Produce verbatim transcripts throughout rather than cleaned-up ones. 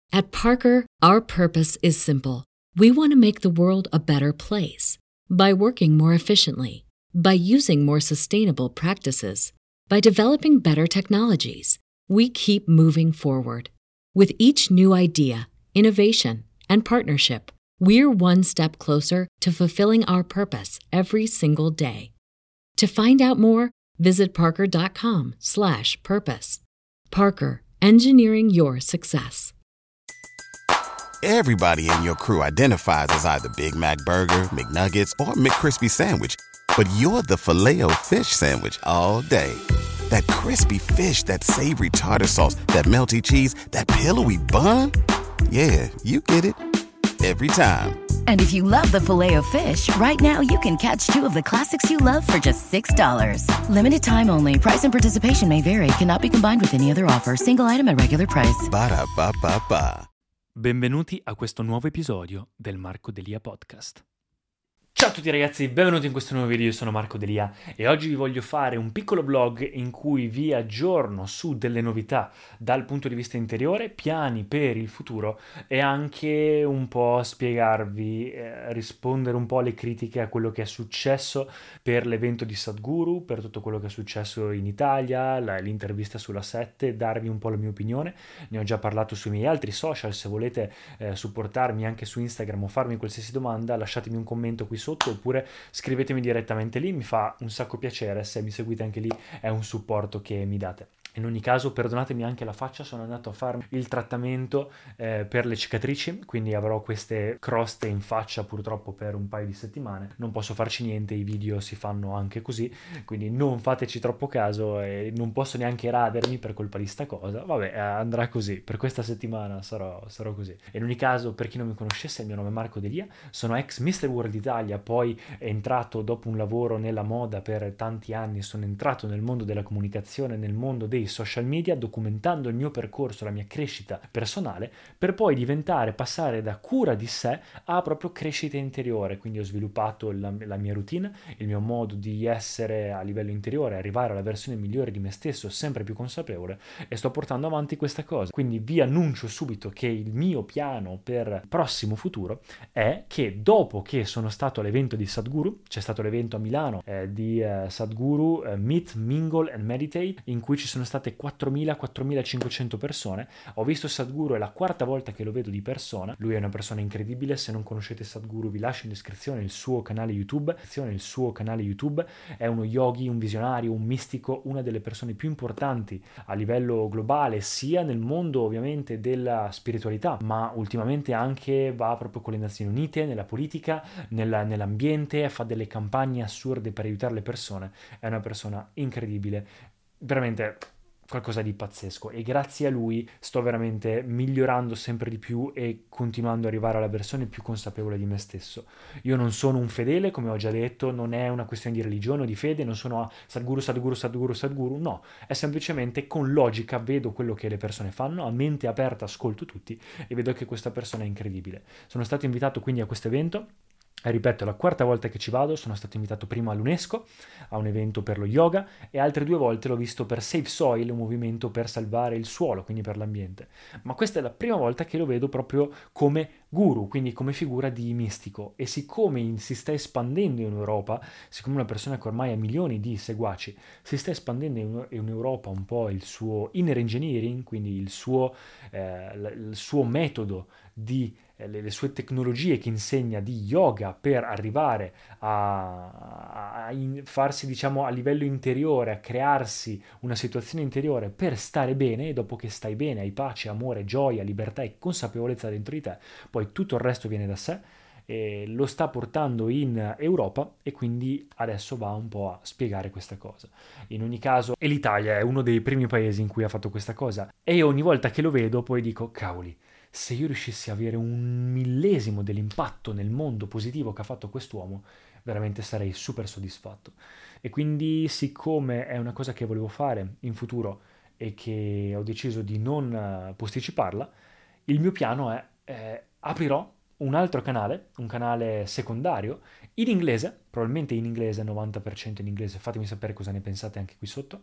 At Parker, our purpose is simple. We want to make the world a better place by working more efficiently, by using more sustainable practices, by developing better technologies. We keep moving forward. With each new idea, innovation, and partnership, we're one step closer to fulfilling our purpose every single day. To find out more, visit parker.com slash purpose. Parker, engineering your success. Everybody in your crew identifies as either Big Mac Burger, McNuggets, or McCrispy Sandwich. But you're the Filet-O-Fish Sandwich all day. That crispy fish, that savory tartar sauce, that melty cheese, that pillowy bun. Yeah, you get it. Every time. And if you love the Filet-O-Fish, right now you can catch two of the classics you love for just six dollars. Limited time only. Price and participation may vary. Cannot be combined with any other offer. Single item at regular price. Ba-da-ba-ba-ba. Benvenuti a questo nuovo episodio del Marco Delia Podcast. Ciao a tutti ragazzi, benvenuti in questo nuovo video, io sono Marco Delia e oggi vi voglio fare un piccolo vlog in cui vi aggiorno su delle novità dal punto di vista interiore, piani per il futuro e anche un po' spiegarvi, eh, rispondere un po' alle critiche a quello che è successo per l'evento di Sadhguru, per tutto quello che è successo in Italia, la, l'intervista sulla sette, darvi un po' la mia opinione. Ne ho già parlato sui miei altri social, se volete eh, supportarmi anche su Instagram o farmi qualsiasi domanda lasciatemi un commento qui sotto oppure scrivetemi direttamente lì, mi fa un sacco piacere, se mi seguite anche lì è un supporto che mi date. In ogni caso perdonatemi anche la faccia, sono andato a farmi il trattamento eh, per le cicatrici, quindi avrò queste croste in faccia purtroppo per un paio di settimane, non posso farci niente, i video si fanno anche così, quindi non fateci troppo caso e non posso neanche radermi per colpa di sta cosa, vabbè eh, andrà così, per questa settimana sarò, sarò così. In ogni caso, per chi non mi conoscesse, il mio nome è Marco Delia, sono ex mister World Italia, poi entrato dopo un lavoro nella moda per tanti anni, sono entrato nel mondo della comunicazione, nel mondo dei social media, documentando il mio percorso, la mia crescita personale, per poi diventare, passare da cura di sé a proprio crescita interiore. Quindi ho sviluppato la, la mia routine, il mio modo di essere a livello interiore, arrivare alla versione migliore di me stesso, sempre più consapevole, e sto portando avanti questa cosa. Quindi vi annuncio subito che il mio piano per il prossimo futuro è che dopo che sono stato all'evento di Sadhguru, c'è stato l'evento a Milano eh, di eh, Sadhguru eh, Meet, Mingle and Meditate, in cui ci sono state quattromila quattromilacinquecento persone. Ho visto Sadhguru, è la quarta volta che lo vedo di persona, lui è una persona incredibile. Se non conoscete Sadhguru vi lascio in descrizione il suo canale YouTube, il suo canale YouTube è uno yogi, un visionario, un mistico, una delle persone più importanti a livello globale, sia nel mondo ovviamente della spiritualità, ma ultimamente anche va proprio con le Nazioni Unite, nella politica, nella, nell'ambiente, fa delle campagne assurde per aiutare le persone, è una persona incredibile, veramente qualcosa di pazzesco, e grazie a lui sto veramente migliorando sempre di più e continuando ad arrivare alla versione più consapevole di me stesso. Io non sono un fedele, come ho già detto, non è una questione di religione o di fede, non sono a Sadhguru, Sadhguru, Sadhguru, Sadhguru, no, è semplicemente con logica vedo quello che le persone fanno, a mente aperta ascolto tutti e vedo che questa persona è incredibile. Sono stato invitato quindi a questo evento. Ripeto, è la quarta volta che ci vado, sono stato invitato prima all'UNESCO, a un evento per lo yoga, e altre due volte l'ho visto per Save Soil, un movimento per salvare il suolo, quindi per l'ambiente. Ma questa è la prima volta che lo vedo proprio come guru, quindi come figura di mistico, e siccome si sta espandendo in Europa, siccome è una persona che ormai ha milioni di seguaci, si sta espandendo in, in Europa un po' il suo inner engineering, quindi il suo, eh, il suo metodo di Le, le sue tecnologie che insegna di yoga per arrivare a, a in, farsi, diciamo, a livello interiore, a crearsi una situazione interiore per stare bene, e dopo che stai bene hai pace, amore, gioia, libertà e consapevolezza dentro di te, poi tutto il resto viene da sé. E lo sta portando in Europa e quindi adesso va un po' a spiegare questa cosa. In ogni caso, e l'Italia è uno dei primi paesi in cui ha fatto questa cosa, e io ogni volta che lo vedo poi dico cavoli, se io riuscissi a avere un millesimo dell'impatto nel mondo positivo che ha fatto quest'uomo, veramente sarei super soddisfatto. E quindi, siccome è una cosa che volevo fare in futuro e che ho deciso di non posticiparla, il mio piano è eh, aprirò un altro canale, un canale secondario, in inglese, probabilmente in inglese, novanta per cento in inglese, fatemi sapere cosa ne pensate anche qui sotto,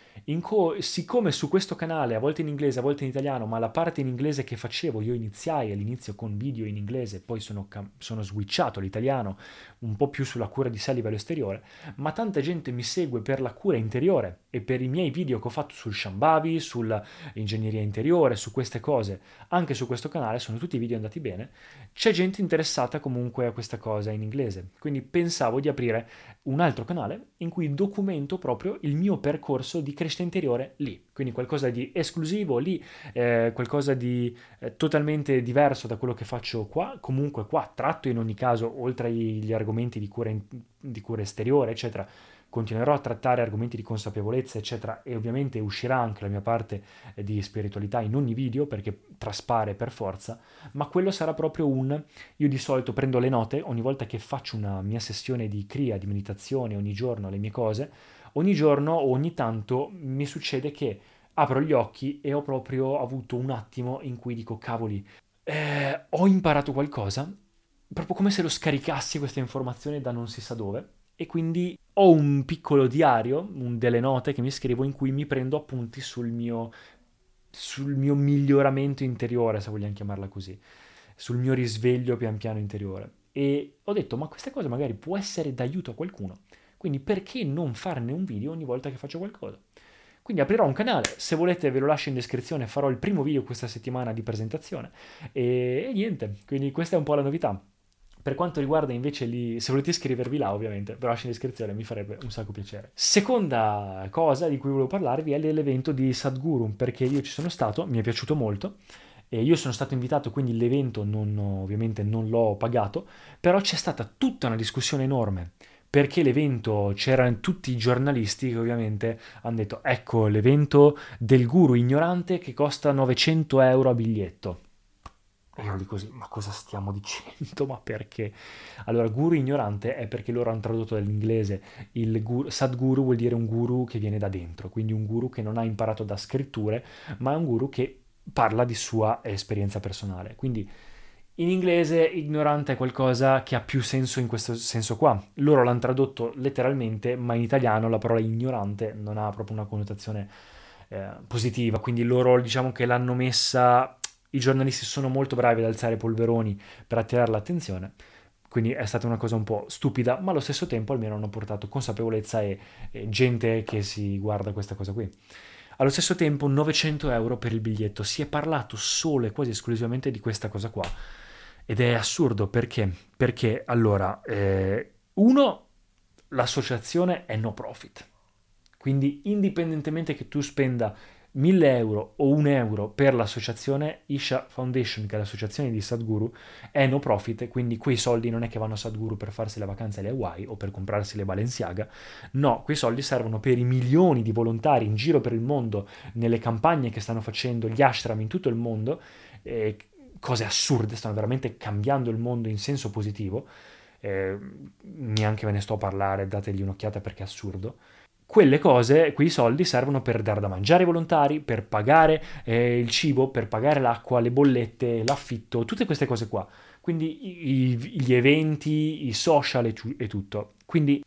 In co- siccome su questo canale, a volte in inglese, a volte in italiano, ma la parte in inglese che facevo, io iniziai all'inizio con video in inglese, poi sono, cam- sono switchato all'italiano, un po' più sulla cura di sé a livello esteriore, ma tanta gente mi segue per la cura interiore e per i miei video che ho fatto sul Shambhavi, sull'ingegneria interiore, su queste cose, anche su questo canale, sono tutti video andati bene, c'è gente interessata comunque a questa cosa in inglese, quindi pensavo di aprire un altro canale in cui documento proprio il mio percorso di crescita interiore lì, quindi qualcosa di esclusivo lì, eh, qualcosa di eh, totalmente diverso da quello che faccio qua, comunque qua tratto in ogni caso, oltre agli argomenti di cura, in, di cura esteriore, eccetera, continuerò a trattare argomenti di consapevolezza, eccetera, e ovviamente uscirà anche la mia parte eh, di spiritualità in ogni video, perché traspare per forza, ma quello sarà proprio un... Io di solito prendo le note, ogni volta che faccio una mia sessione di kriya, di meditazione, ogni giorno le mie cose, ogni giorno o ogni tanto mi succede che apro gli occhi e ho proprio avuto un attimo in cui dico, cavoli, eh, ho imparato qualcosa, proprio come se lo scaricassi questa informazione da non si sa dove, e quindi ho un piccolo diario, un, delle note che mi scrivo in cui mi prendo appunti sul mio, sul mio miglioramento interiore, se vogliamo chiamarla così, sul mio risveglio pian piano interiore. E ho detto, ma questa cosa magari può essere d'aiuto a qualcuno, quindi perché non farne un video ogni volta che faccio qualcosa? Quindi aprirò un canale, se volete ve lo lascio in descrizione, farò il primo video questa settimana di presentazione e, e niente, quindi questa è un po' la novità. Per quanto riguarda invece lì, se volete iscrivervi là ovviamente, ve lo lascio in descrizione, mi farebbe un sacco piacere. Seconda cosa di cui volevo parlarvi è l'evento di Sadhguru, perché io ci sono stato, mi è piaciuto molto, e io sono stato invitato, quindi l'evento non, ovviamente non l'ho pagato, però c'è stata tutta una discussione enorme, perché l'evento, c'erano tutti i giornalisti che ovviamente hanno detto, ecco l'evento del guru ignorante che costa novecento euro a biglietto. E io dico così, ma cosa stiamo dicendo? Ma perché? Allora, guru ignorante è perché loro hanno tradotto dall'inglese, il guru, Sadhguru vuol dire un guru che viene da dentro, quindi un guru che non ha imparato da scritture, ma è un guru che parla di sua esperienza personale. Quindi in inglese ignorante è qualcosa che ha più senso in questo senso qua. Loro l'hanno tradotto letteralmente, ma in italiano la parola ignorante non ha proprio una connotazione eh, positiva, quindi loro diciamo che l'hanno messa... I giornalisti sono molto bravi ad alzare polveroni per attirare l'attenzione, quindi è stata una cosa un po' stupida, ma allo stesso tempo almeno hanno portato consapevolezza e, e gente che si guarda questa cosa qui. Allo stesso tempo novecento euro per il biglietto, si è parlato solo e quasi esclusivamente di questa cosa qua, ed è assurdo perché? Perché allora, eh, uno, l'associazione è no profit, quindi indipendentemente che tu spenda mille euro o un euro per l'associazione Isha Foundation, che è l'associazione di Sadhguru, è no profit, quindi quei soldi non è che vanno a Sadhguru per farsi la vacanza alle Hawaii o per comprarsi le Balenciaga, no, quei soldi servono per i milioni di volontari in giro per il mondo, nelle campagne che stanno facendo gli ashram in tutto il mondo, eh, cose assurde, stanno veramente cambiando il mondo in senso positivo, eh, neanche ve ne sto a parlare, dategli un'occhiata perché è assurdo. Quelle cose, quei soldi servono per dare da mangiare ai volontari, per pagare eh, il cibo, per pagare l'acqua, le bollette, l'affitto, tutte queste cose qua. Quindi i, i, gli eventi, i social e, e tutto. Quindi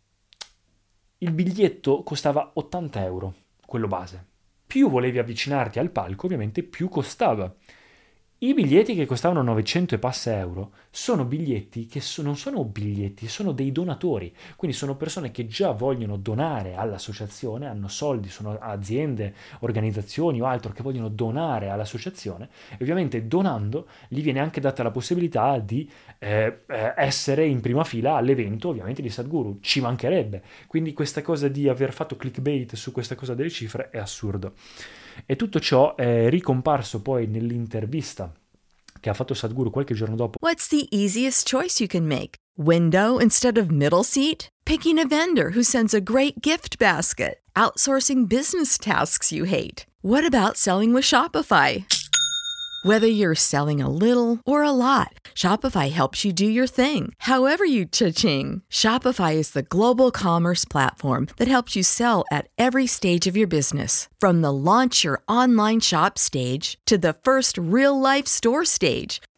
il biglietto costava ottanta euro, quello base. Più volevi avvicinarti al palco, ovviamente più costava. I biglietti che costavano novecento e passa euro sono biglietti che so, non sono biglietti, sono dei donatori, quindi sono persone che già vogliono donare all'associazione, hanno soldi, sono aziende, organizzazioni o altro che vogliono donare all'associazione e ovviamente donando gli viene anche data la possibilità di eh, essere in prima fila all'evento ovviamente di Sadhguru, ci mancherebbe, quindi questa cosa di aver fatto clickbait su questa cosa delle cifre è assurdo. E tutto ciò è ricomparso poi nell'intervista che ha fatto Sadhguru qualche giorno dopo. What's the easiest choice you can make? Window instead of middle seat? Picking a vendor who sends a great gift basket? Outsourcing business tasks you hate? What about selling with Shopify? Whether you're selling a little or a lot, Shopify helps you do your thing, however you cha-ching. Shopify is the global commerce platform that helps you sell at every stage of your business. From the launch your online shop stage to the first real-life store stage,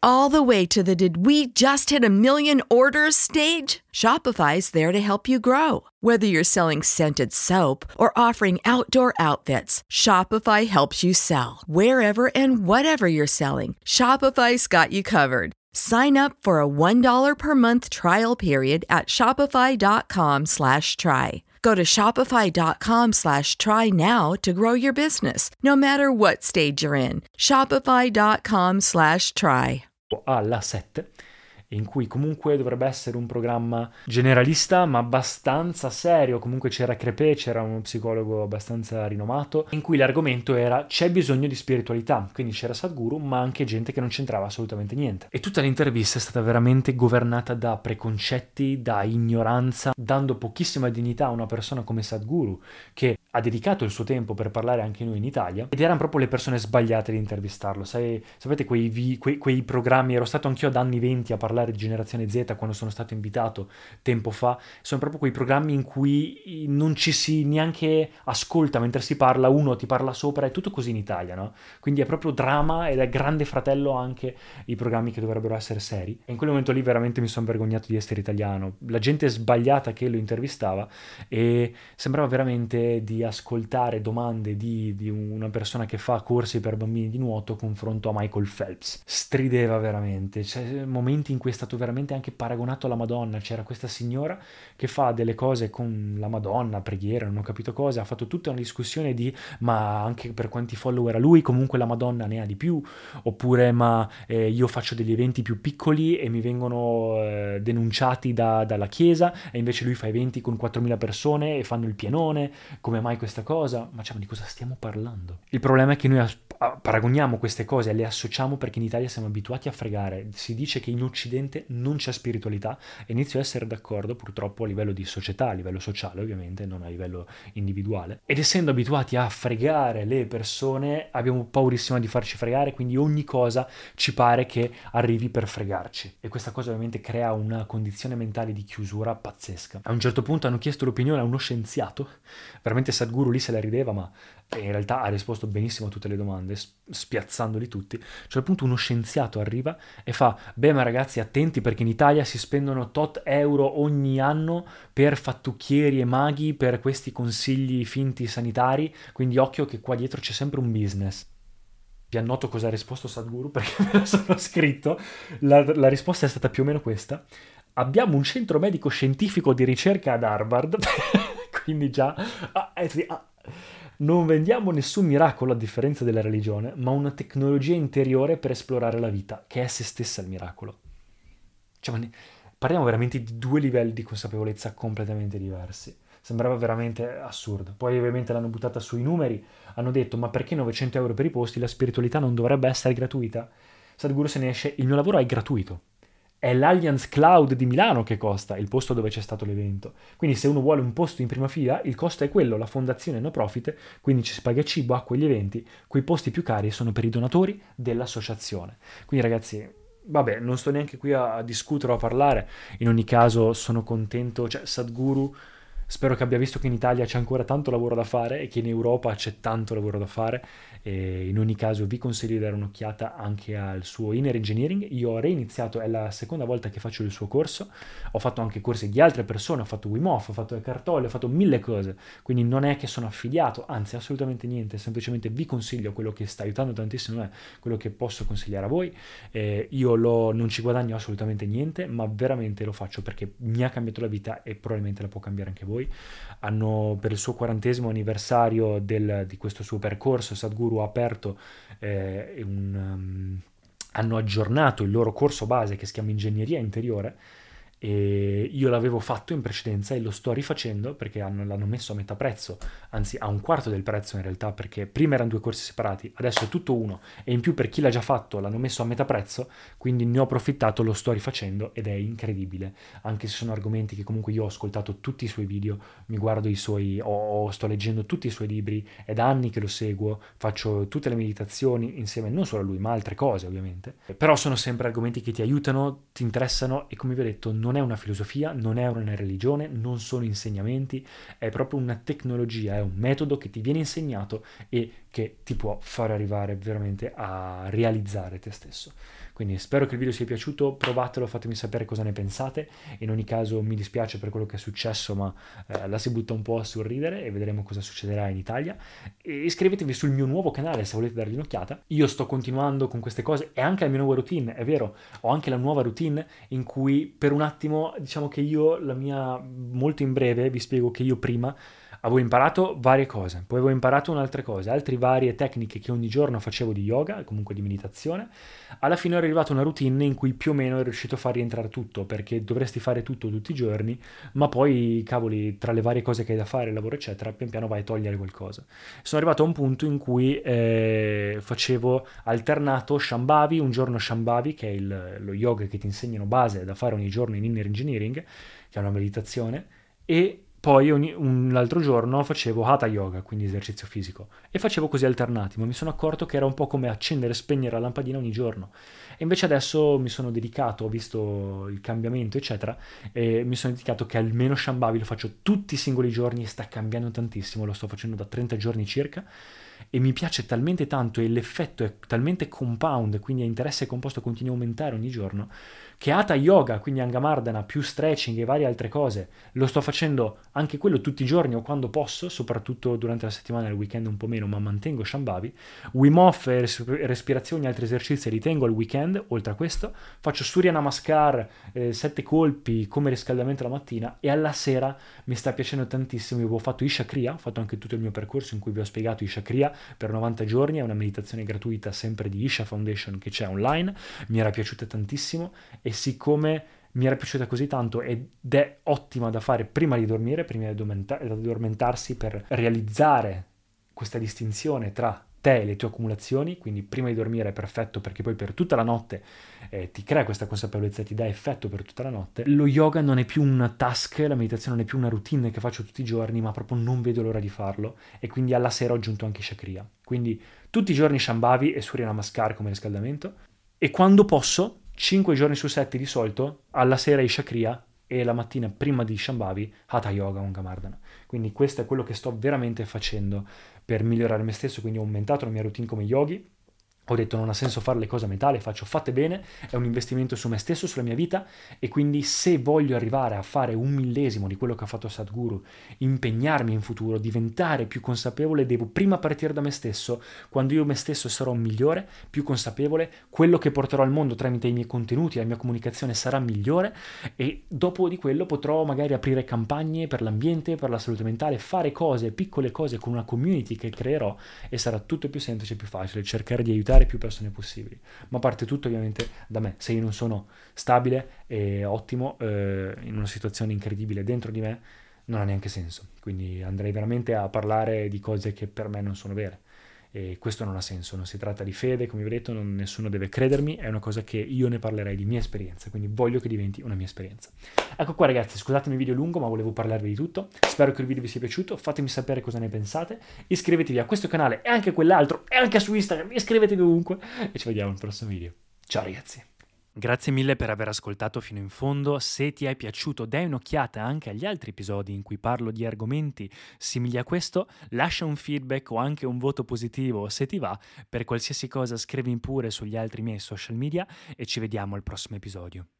all the way to the did we just hit a million orders stage? Shopify's there to help you grow. Whether you're selling scented soap or offering outdoor outfits, Shopify helps you sell. Wherever and whatever you're selling, Shopify's got you covered. Sign up for a one dollar per month trial period at shopify.com slash try. Go to shopify.com slash try now to grow your business, no matter what stage you're in. Shopify.com slash try. Alla sette, in cui comunque dovrebbe essere un programma generalista ma abbastanza serio. Comunque c'era Crepè, c'era uno psicologo abbastanza rinomato, in cui l'argomento era c'è bisogno di spiritualità, quindi c'era Sadhguru ma anche gente che non c'entrava assolutamente niente, e tutta l'intervista è stata veramente governata da preconcetti, da ignoranza, dando pochissima dignità a una persona come Sadhguru, che ha dedicato il suo tempo per parlare anche noi in Italia, ed erano proprio le persone sbagliate di intervistarlo. Sai, sapete quei, vi, quei, quei programmi, ero stato anch'io ad anni venti a parlare di Generazione Z quando sono stato invitato tempo fa, sono proprio quei programmi in cui non ci si neanche ascolta mentre si parla, uno ti parla sopra, è tutto così in Italia, no? Quindi è proprio dramma ed è grande fratello anche i programmi che dovrebbero essere seri, e in quel momento lì veramente mi sono vergognato di essere italiano, la gente sbagliata che lo intervistava, e sembrava veramente di ascoltare domande di, di una persona che fa corsi per bambini di nuoto confronto a Michael Phelps. Strideva veramente, c'è momenti in cui è stato veramente anche paragonato alla Madonna. C'era questa signora che fa delle cose con la Madonna, preghiera, non ho capito cosa, ha fatto tutta una discussione di ma anche per quanti follower ha lui, comunque la Madonna ne ha di più, oppure ma eh, io faccio degli eventi più piccoli e mi vengono eh, denunciati da, dalla chiesa, e invece lui fa eventi con quattromila persone e fanno il pienone, come mai questa cosa? Ma cioè, di cosa stiamo parlando? Il problema è che noi as- paragoniamo queste cose e le associamo perché in Italia siamo abituati a fregare. Si dice che in Occidente non c'è spiritualità, e inizio a essere d'accordo purtroppo a livello di società, a livello sociale ovviamente, non a livello individuale, ed essendo abituati a fregare le persone abbiamo paurissima di farci fregare, quindi ogni cosa ci pare che arrivi per fregarci, e questa cosa ovviamente crea una condizione mentale di chiusura pazzesca. A un certo punto hanno chiesto l'opinione a uno scienziato, veramente Sadhguru lì se la rideva, ma in realtà ha risposto benissimo a tutte le domande, spiazzandoli tutti. A un certo punto uno scienziato arriva e fa beh ma ragazzi attenti perché in Italia si spendono tot euro ogni anno per fattucchieri e maghi per questi consigli finti sanitari, quindi occhio che qua dietro c'è sempre un business. Vi annoto cosa ha risposto Sadhguru perché me lo sono scritto. La, la risposta è stata più o meno questa: abbiamo un centro medico scientifico di ricerca ad Harvard quindi già ah, eh sì, ah. Non vendiamo nessun miracolo a differenza della religione, ma una tecnologia interiore per esplorare la vita, che è se stessa il miracolo. Cioè, ma ne... parliamo veramente di due livelli di consapevolezza completamente diversi. Sembrava veramente assurdo. Poi ovviamente l'hanno buttata sui numeri, hanno detto ma perché novecento euro per i posti, la spiritualità non dovrebbe essere gratuita? Sadhguru se ne esce, il mio lavoro è gratuito. È l'Allianz Cloud di Milano che costa, il posto dove c'è stato l'evento. Quindi se uno vuole un posto in prima fila, il costo è quello, la fondazione no profit, quindi ci si paga cibo, acqua e gli eventi. Quei posti più cari sono per i donatori dell'associazione. Quindi ragazzi, vabbè, non sto neanche qui a, a discutere o a parlare, in ogni caso sono contento, cioè Sadhguru spero che abbia visto che in Italia c'è ancora tanto lavoro da fare e che in Europa c'è tanto lavoro da fare, e in ogni caso vi consiglio di dare un'occhiata anche al suo Inner Engineering. Io ho reiniziato, è la seconda volta che faccio il suo corso, ho fatto anche corsi di altre persone, ho fatto Wim Hof, ho fatto Eckhart Tolle, ho fatto mille cose, quindi non è che sono affiliato, anzi assolutamente niente, semplicemente vi consiglio quello che sta aiutando tantissimo me, quello che posso consigliare a voi. Eh, io lo, non ci guadagno assolutamente niente, ma veramente lo faccio perché mi ha cambiato la vita e probabilmente la può cambiare anche voi. Hanno, per il suo quarantesimo anniversario del, di questo suo percorso, Sadhguru ha aperto eh, un, um, hanno aggiornato il loro corso base che si chiama Ingegneria Interiore, e io l'avevo fatto in precedenza e lo sto rifacendo perché hanno, l'hanno messo a metà prezzo, anzi a un quarto del prezzo in realtà, perché prima erano due corsi separati, adesso è tutto uno, e in più per chi l'ha già fatto l'hanno messo a metà prezzo, quindi ne ho approfittato, lo sto rifacendo ed è incredibile, anche se sono argomenti che comunque io ho ascoltato tutti i suoi video, mi guardo i suoi, o sto leggendo tutti i suoi libri, è da anni che lo seguo, faccio tutte le meditazioni insieme non solo a lui ma altre cose ovviamente, però sono sempre argomenti che ti aiutano, ti interessano, e come vi ho detto non è una filosofia, non è una religione, non sono insegnamenti, è proprio una tecnologia, è un metodo che ti viene insegnato e che ti può far arrivare veramente a realizzare te stesso. Quindi spero che il video sia piaciuto, provatelo, fatemi sapere cosa ne pensate. In ogni caso mi dispiace per quello che è successo, ma eh, la si butta un po' a sorridere e vedremo cosa succederà in Italia. E iscrivetevi sul mio nuovo canale se volete dargli un'occhiata. Io sto continuando con queste cose e anche la mia nuova routine, è vero, ho anche la nuova routine in cui per un attimo, diciamo che io, la mia, molto in breve, vi spiego che io prima avevo imparato varie cose, poi avevo imparato un'altra cosa, altre varie tecniche che ogni giorno facevo di yoga, comunque di meditazione. Alla fine ero arrivato a una routine in cui più o meno ero riuscito a far rientrare tutto, perché dovresti fare tutto tutti i giorni, ma poi, cavoli, tra le varie cose che hai da fare, il lavoro eccetera, pian piano vai a togliere qualcosa. Sono arrivato a un punto in cui eh, facevo alternato Shambhavi, un giorno Shambhavi, che è il, lo yoga che ti insegnano base da fare ogni giorno in Inner Engineering, che è una meditazione, e poi ogni, un altro giorno facevo Hatha Yoga, quindi esercizio fisico, e facevo così alternati, ma mi sono accorto che era un po' come accendere e spegnere la lampadina ogni giorno. E invece adesso mi sono dedicato, ho visto il cambiamento eccetera, e mi sono dedicato che almeno Shambhavi lo faccio tutti i singoli giorni e sta cambiando tantissimo, lo sto facendo da trenta giorni circa, e mi piace talmente tanto e l'effetto è talmente compound, quindi a interesse composto continua a aumentare ogni giorno, che Hatha Yoga, quindi Angamardana, più stretching e varie altre cose, lo sto facendo anche quello tutti i giorni o quando posso, soprattutto durante la settimana e il weekend un po' meno, ma mantengo Shambhavi. Wim Hof e respirazioni e altri esercizi li tengo al weekend, oltre a questo. Faccio Surya Namaskar, eh, sette colpi come riscaldamento la mattina, e alla sera mi sta piacendo tantissimo. Io avevo fatto Isha Kriya, ho fatto anche tutto il mio percorso in cui vi ho spiegato Isha Kriya per novanta giorni, è una meditazione gratuita sempre di Isha Foundation che c'è online, mi era piaciuta tantissimo. E siccome mi era piaciuta così tanto ed è ottima da fare prima di dormire, prima di addormentarsi, per realizzare questa distinzione tra te e le tue accumulazioni, quindi prima di dormire è perfetto perché poi per tutta la notte eh, ti crea questa consapevolezza e ti dà effetto per tutta la notte. Lo yoga non è più una task, la meditazione non è più una routine che faccio tutti i giorni, ma proprio non vedo l'ora di farlo, e quindi alla sera ho aggiunto anche Isha Kriya. Quindi tutti i giorni Shambhavi e Surya Namaskar come riscaldamento, e quando posso cinque giorni su sette di solito, alla sera Isha Kriya e la mattina prima di Shambhavi Hatha Yoga o Angamardana. Quindi questo è quello che sto veramente facendo per migliorare me stesso, quindi ho aumentato la mia routine come yogi. Ho detto non ha senso fare le cose a metà, le faccio fatte bene, è un investimento su me stesso, sulla mia vita, e quindi se voglio arrivare a fare un millesimo di quello che ha fatto Sadhguru, impegnarmi in futuro, diventare più consapevole, devo prima partire da me stesso. Quando io me stesso sarò migliore, più consapevole, quello che porterò al mondo tramite i miei contenuti, la mia comunicazione sarà migliore, e dopo di quello potrò magari aprire campagne per l'ambiente, per la salute mentale, fare cose, piccole cose con una community che creerò, e sarà tutto più semplice e più facile cercare di aiutare più persone possibili. Ma parte tutto ovviamente da me. Se io non sono stabile e ottimo eh, in una situazione incredibile dentro di me, non ha neanche senso. Quindi andrei veramente a parlare di cose che per me non sono vere, e questo non ha senso. Non si tratta di fede, come vi ho detto, non, nessuno deve credermi, è una cosa che io ne parlerei di mia esperienza, quindi voglio che diventi una mia esperienza. Ecco qua ragazzi, scusatemi il video lungo, ma volevo parlarvi di tutto. Spero che il video vi sia piaciuto, fatemi sapere cosa ne pensate, iscrivetevi a questo canale e anche a quell'altro, e anche su Instagram, iscrivetevi ovunque, e ci vediamo al prossimo video. Ciao ragazzi! Grazie mille per aver ascoltato fino in fondo. Se ti è piaciuto, dai un'occhiata anche agli altri episodi in cui parlo di argomenti simili a questo, lascia un feedback o anche un voto positivo se ti va. Per qualsiasi cosa scrivi pure sugli altri miei social media, e ci vediamo al prossimo episodio.